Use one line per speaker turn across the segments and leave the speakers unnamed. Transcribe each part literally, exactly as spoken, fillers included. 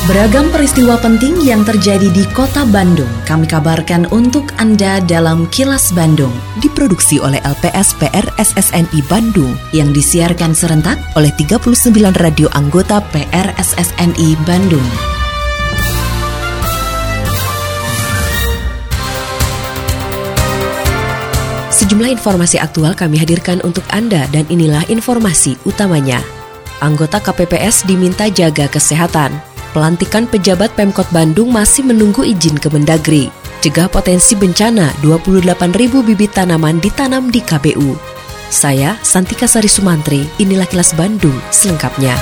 Beragam peristiwa penting yang terjadi di Kota Bandung kami kabarkan untuk Anda dalam Kilas Bandung.
Diproduksi oleh L P S P R S S N I Bandung
yang disiarkan serentak oleh tiga puluh sembilan radio anggota P R S S N I Bandung.
Sejumlah informasi aktual kami hadirkan untuk Anda dan inilah informasi utamanya. Anggota K P P S diminta jaga kesehatan. Pelantikan pejabat Pemkot Bandung masih menunggu izin Kemendagri. Cegah potensi bencana, dua puluh delapan ribu bibit tanaman ditanam di K B U. Saya, Santika Sari Sumantri, inilah Kilas Bandung selengkapnya.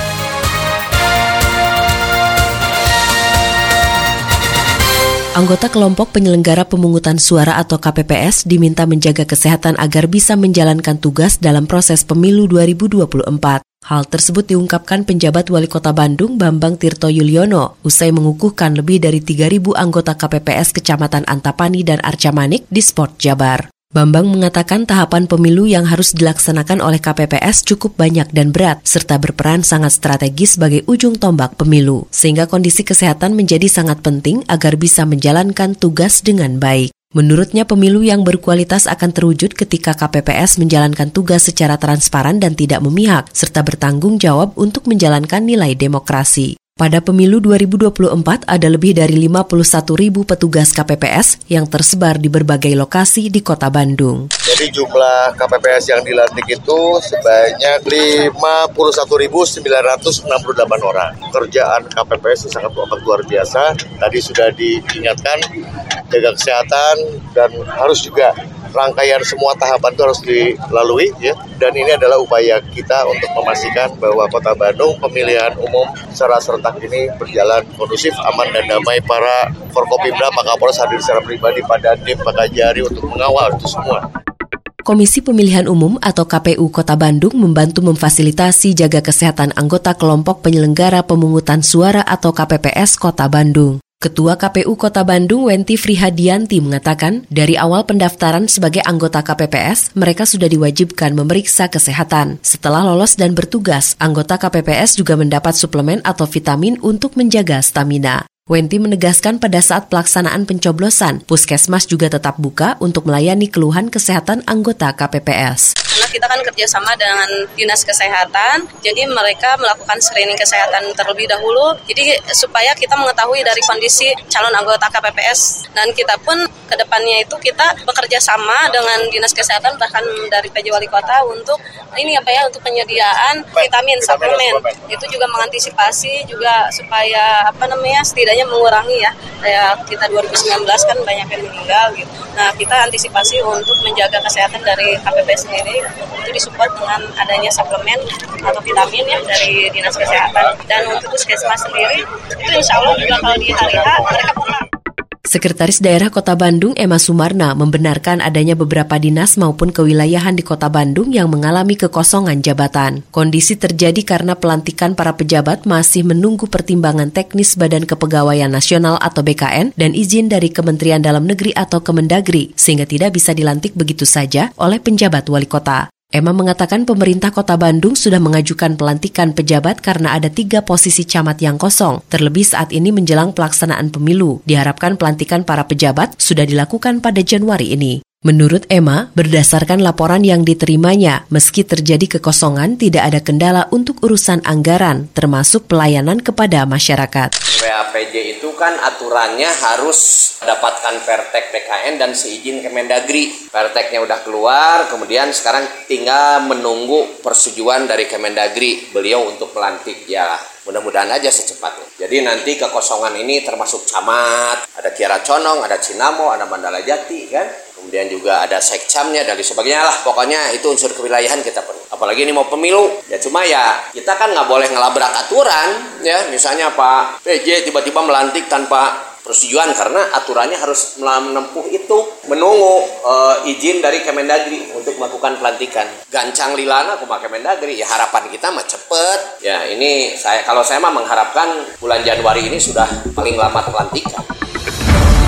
Anggota kelompok penyelenggara pemungutan suara atau K P P S diminta menjaga kesehatan agar bisa menjalankan tugas dalam proses pemilu dua ribu dua puluh empat. Hal tersebut diungkapkan penjabat Wali Kota Bandung Bambang Tirto Yuliono usai mengukuhkan lebih dari tiga ribu anggota K P P S Kecamatan Antapani dan Arca Manik di Sport Jabar. Bambang mengatakan tahapan pemilu yang harus dilaksanakan oleh K P P S cukup banyak dan berat, serta berperan sangat strategis sebagai ujung tombak pemilu, sehingga kondisi kesehatan menjadi sangat penting agar bisa menjalankan tugas dengan baik. Menurutnya pemilu yang berkualitas akan terwujud ketika K P P S menjalankan tugas secara transparan dan tidak memihak, serta bertanggung jawab untuk menjalankan nilai demokrasi. Pada pemilu dua ribu dua puluh empat ada lebih dari lima puluh satu ribu petugas K P P S yang tersebar di berbagai lokasi di Kota Bandung.
Jadi jumlah K P P S yang dilantik itu sebanyak lima puluh satu ribu sembilan ratus enam puluh delapan orang. Kerjaan K P P S sangat amat luar biasa. Tadi sudah diingatkan jaga kesehatan dan harus juga rangkaian semua tahapan itu harus dilalui ya. Dan ini adalah upaya kita untuk memastikan bahwa Kota Bandung pemilihan umum secara serentak ini berjalan kondusif, aman dan damai. Para Forkopimda, Pak Kapolres hadir secara pribadi pada Dandim, Pak Kajari untuk mengawal itu semua.
Komisi Pemilihan Umum atau K P U Kota Bandung membantu memfasilitasi jaga kesehatan anggota kelompok penyelenggara pemungutan suara atau K P P S Kota Bandung. Ketua K P U Kota Bandung Wenti Frihadianti mengatakan, dari awal pendaftaran sebagai anggota K P P S, mereka sudah diwajibkan memeriksa kesehatan. Setelah lolos dan bertugas, anggota K P P S juga mendapat suplemen atau vitamin untuk menjaga stamina. Wenti menegaskan pada saat pelaksanaan pencoblosan, Puskesmas juga tetap buka untuk melayani keluhan kesehatan anggota K P P S.
Karena kita kan kerjasama dengan Dinas Kesehatan, jadi mereka melakukan screening kesehatan terlebih dahulu, jadi supaya kita mengetahui dari kondisi calon anggota K P P S. Dan kita pun ke depannya itu kita bekerja sama dengan Dinas Kesehatan, bahkan dari P J Wali Kota untuk ini apa ya, untuk penyediaan vitamin, suplemen. Itu juga mengantisipasi juga supaya apa namanya setidaknya mengurangi ya, kayak kita dua ribu sembilan belas kan banyak yang meninggal gitu. Nah kita antisipasi untuk menjaga kesehatan dari K P P S sendiri itu disupport dengan adanya suplemen atau vitamin ya dari Dinas Kesehatan. Dan untuk Puskesmas sendiri itu insya Allah juga kalau di hari H mereka pulang.
Sekretaris Daerah Kota Bandung Emma Sumarna membenarkan adanya beberapa dinas maupun kewilayahan di Kota Bandung yang mengalami kekosongan jabatan. Kondisi terjadi karena pelantikan para pejabat masih menunggu pertimbangan teknis Badan Kepegawaian Nasional atau B K N dan izin dari Kementerian Dalam Negeri atau Kemendagri, sehingga tidak bisa dilantik begitu saja oleh penjabat wali kota. Emma mengatakan pemerintah Kota Bandung sudah mengajukan pelantikan pejabat karena ada tiga posisi camat yang kosong. Terlebih saat ini menjelang pelaksanaan pemilu. Diharapkan pelantikan para pejabat sudah dilakukan pada Januari ini. Menurut Emma, berdasarkan laporan yang diterimanya, meski terjadi kekosongan, tidak ada kendala untuk urusan anggaran, termasuk pelayanan kepada masyarakat.
P A P J itu kan aturannya harus dapatkan Pertek B K N dan seizin Kemendagri. Perteknya udah keluar, kemudian sekarang tinggal menunggu persetujuan dari Kemendagri beliau untuk melantik. Ya, mudah-mudahan aja secepatnya. Jadi nanti kekosongan ini termasuk camat, ada Kiara Condong, ada Cinamo, ada Mandala Jati kan. Kemudian juga ada sekcamnya dan sebagainya lah. Pokoknya itu unsur kewilayahan kita perlu. Apalagi ini mau pemilu. Ya cuma ya kita kan nggak boleh ngelabrak aturan. Ya misalnya Pak P J tiba-tiba melantik tanpa persetujuan karena aturannya harus menempuh itu. Menunggu uh, izin dari Kemendagri untuk melakukan pelantikan. Gancang lilana kumaha Kemendagri. Ya harapan kita mah cepet. Ya ini saya kalau saya mah mengharapkan bulan Januari ini sudah paling lama pelantikan.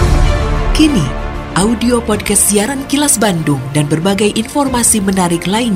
Kini audio podcast siaran Kilas Bandung dan berbagai informasi menarik lainnya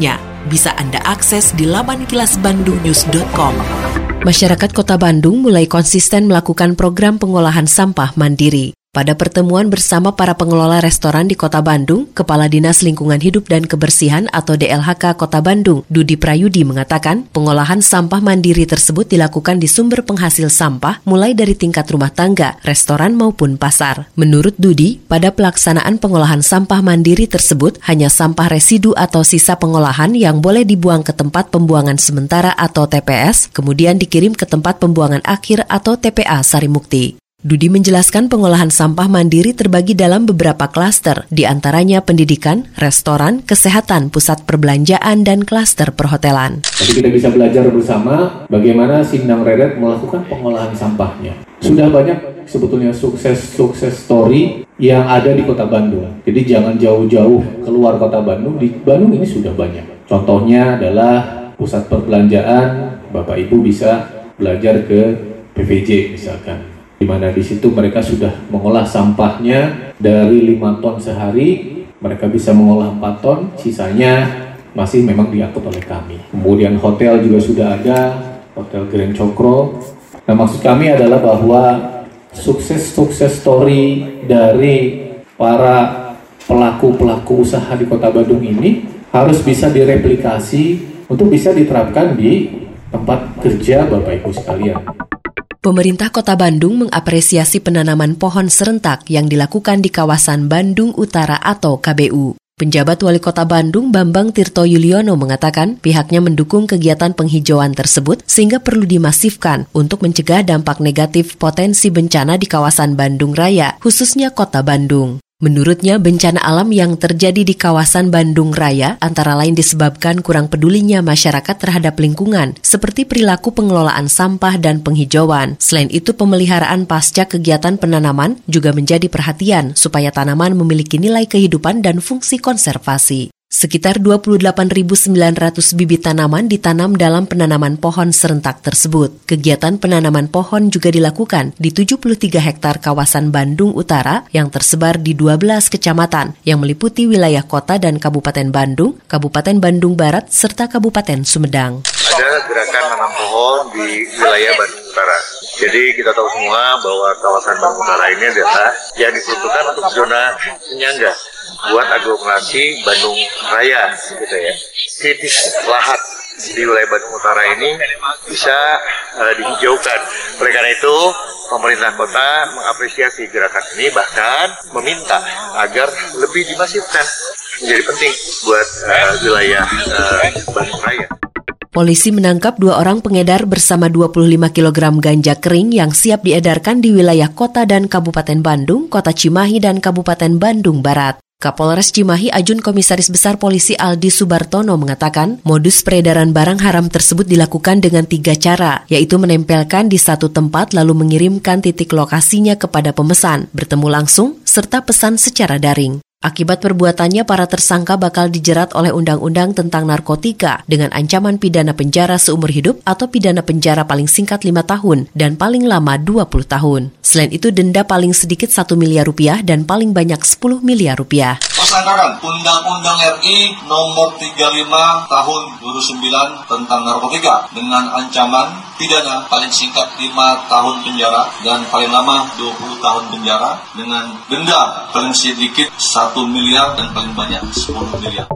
bisa Anda akses di laman kilas bandung news dot com.
Masyarakat Kota Bandung mulai konsisten melakukan program pengolahan sampah mandiri. Pada pertemuan bersama para pengelola restoran di Kota Bandung, Kepala Dinas Lingkungan Hidup dan Kebersihan atau D L H K Kota Bandung, Dudi Prayudi mengatakan, pengolahan sampah mandiri tersebut dilakukan di sumber penghasil sampah mulai dari tingkat rumah tangga, restoran maupun pasar. Menurut Dudi, pada pelaksanaan pengolahan sampah mandiri tersebut, hanya sampah residu atau sisa pengolahan yang boleh dibuang ke tempat pembuangan sementara atau T P S, kemudian dikirim ke tempat pembuangan akhir atau T P A Sarimukti. Dudi menjelaskan pengolahan sampah mandiri terbagi dalam beberapa klaster, di antaranya pendidikan, restoran, kesehatan, pusat perbelanjaan, dan klaster perhotelan.
Jadi kita bisa belajar bersama bagaimana Sindang Reret melakukan pengolahan sampahnya. Sudah banyak sebetulnya sukses-sukses story yang ada di Kota Bandung. Jadi jangan jauh-jauh keluar Kota Bandung, di Bandung ini sudah banyak. Contohnya adalah pusat perbelanjaan, Bapak Ibu bisa belajar ke P V J misalkan, di mana di situ mereka sudah mengolah sampahnya dari lima ton sehari, mereka bisa mengolah empat ton, sisanya masih memang diangkut oleh kami. Kemudian hotel juga sudah ada, Hotel Grand Cokro. Nah, maksud kami adalah bahwa sukses-sukses story dari para pelaku-pelaku usaha di Kota Bandung ini harus bisa direplikasi untuk bisa diterapkan di tempat kerja Bapak Ibu sekalian.
Pemerintah Kota Bandung mengapresiasi penanaman pohon serentak yang dilakukan di kawasan Bandung Utara atau K B U. Penjabat Wali Kota Bandung Bambang Tirto Yuliono mengatakan pihaknya mendukung kegiatan penghijauan tersebut sehingga perlu dimasifkan untuk mencegah dampak negatif potensi bencana di kawasan Bandung Raya, khususnya Kota Bandung. Menurutnya, bencana alam yang terjadi di kawasan Bandung Raya antara lain disebabkan kurang pedulinya masyarakat terhadap lingkungan, seperti perilaku pengelolaan sampah dan penghijauan. Selain itu, pemeliharaan pasca kegiatan penanaman juga menjadi perhatian supaya tanaman memiliki nilai kehidupan dan fungsi konservasi. Sekitar dua puluh delapan ribu sembilan ratus bibit tanaman ditanam dalam penanaman pohon serentak tersebut. Kegiatan penanaman pohon juga dilakukan di tujuh puluh tiga hektar kawasan Bandung Utara yang tersebar di dua belas kecamatan yang meliputi wilayah kota dan Kabupaten Bandung, Kabupaten Bandung Barat, serta Kabupaten Sumedang.
Ada gerakan nanam pohon di wilayah Bandung Utara. Jadi kita tahu semua bahwa kawasan Bandung Utara ini adalah yang diperuntukkan untuk zona penyangga buat aglomerasi Bandung Raya, gitu ya. Kritis lahat di wilayah Bandung Utara ini bisa uh, dihijaukan. Oleh karena itu, pemerintah kota mengapresiasi gerakan ini, bahkan meminta agar lebih dimasifkan. Menjadi penting buat uh, wilayah uh, Bandung Raya.
Polisi menangkap dua orang pengedar bersama dua puluh lima kilogram ganja kering yang siap diedarkan di wilayah kota dan Kabupaten Bandung, Kota Cimahi, dan Kabupaten Bandung Barat. Kapolres Cimahi Ajun Komisaris Besar Polisi Aldi Subartono mengatakan modus peredaran barang haram tersebut dilakukan dengan tiga cara, yaitu menempelkan di satu tempat lalu mengirimkan titik lokasinya kepada pemesan, bertemu langsung, serta pesan secara daring. Akibat perbuatannya, para tersangka bakal dijerat oleh Undang-Undang tentang Narkotika dengan ancaman pidana penjara seumur hidup atau pidana penjara paling singkat lima tahun dan paling lama dua puluh tahun. Selain itu, denda paling sedikit satu miliar rupiah dan paling banyak sepuluh miliar rupiah.
Persangkakan Undang-Undang R I nomor tiga puluh lima tahun dua ribu sembilan tentang narkotika dengan ancaman pidana paling singkat lima tahun penjara dan paling lama dua puluh tahun penjara dengan denda paling sedikit satu miliar dan paling banyak sepuluh miliar.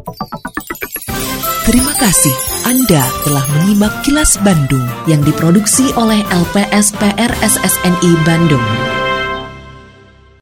Terima kasih Anda telah menyimak Kilas Bandung yang diproduksi oleh L P S P R S S N I Bandung.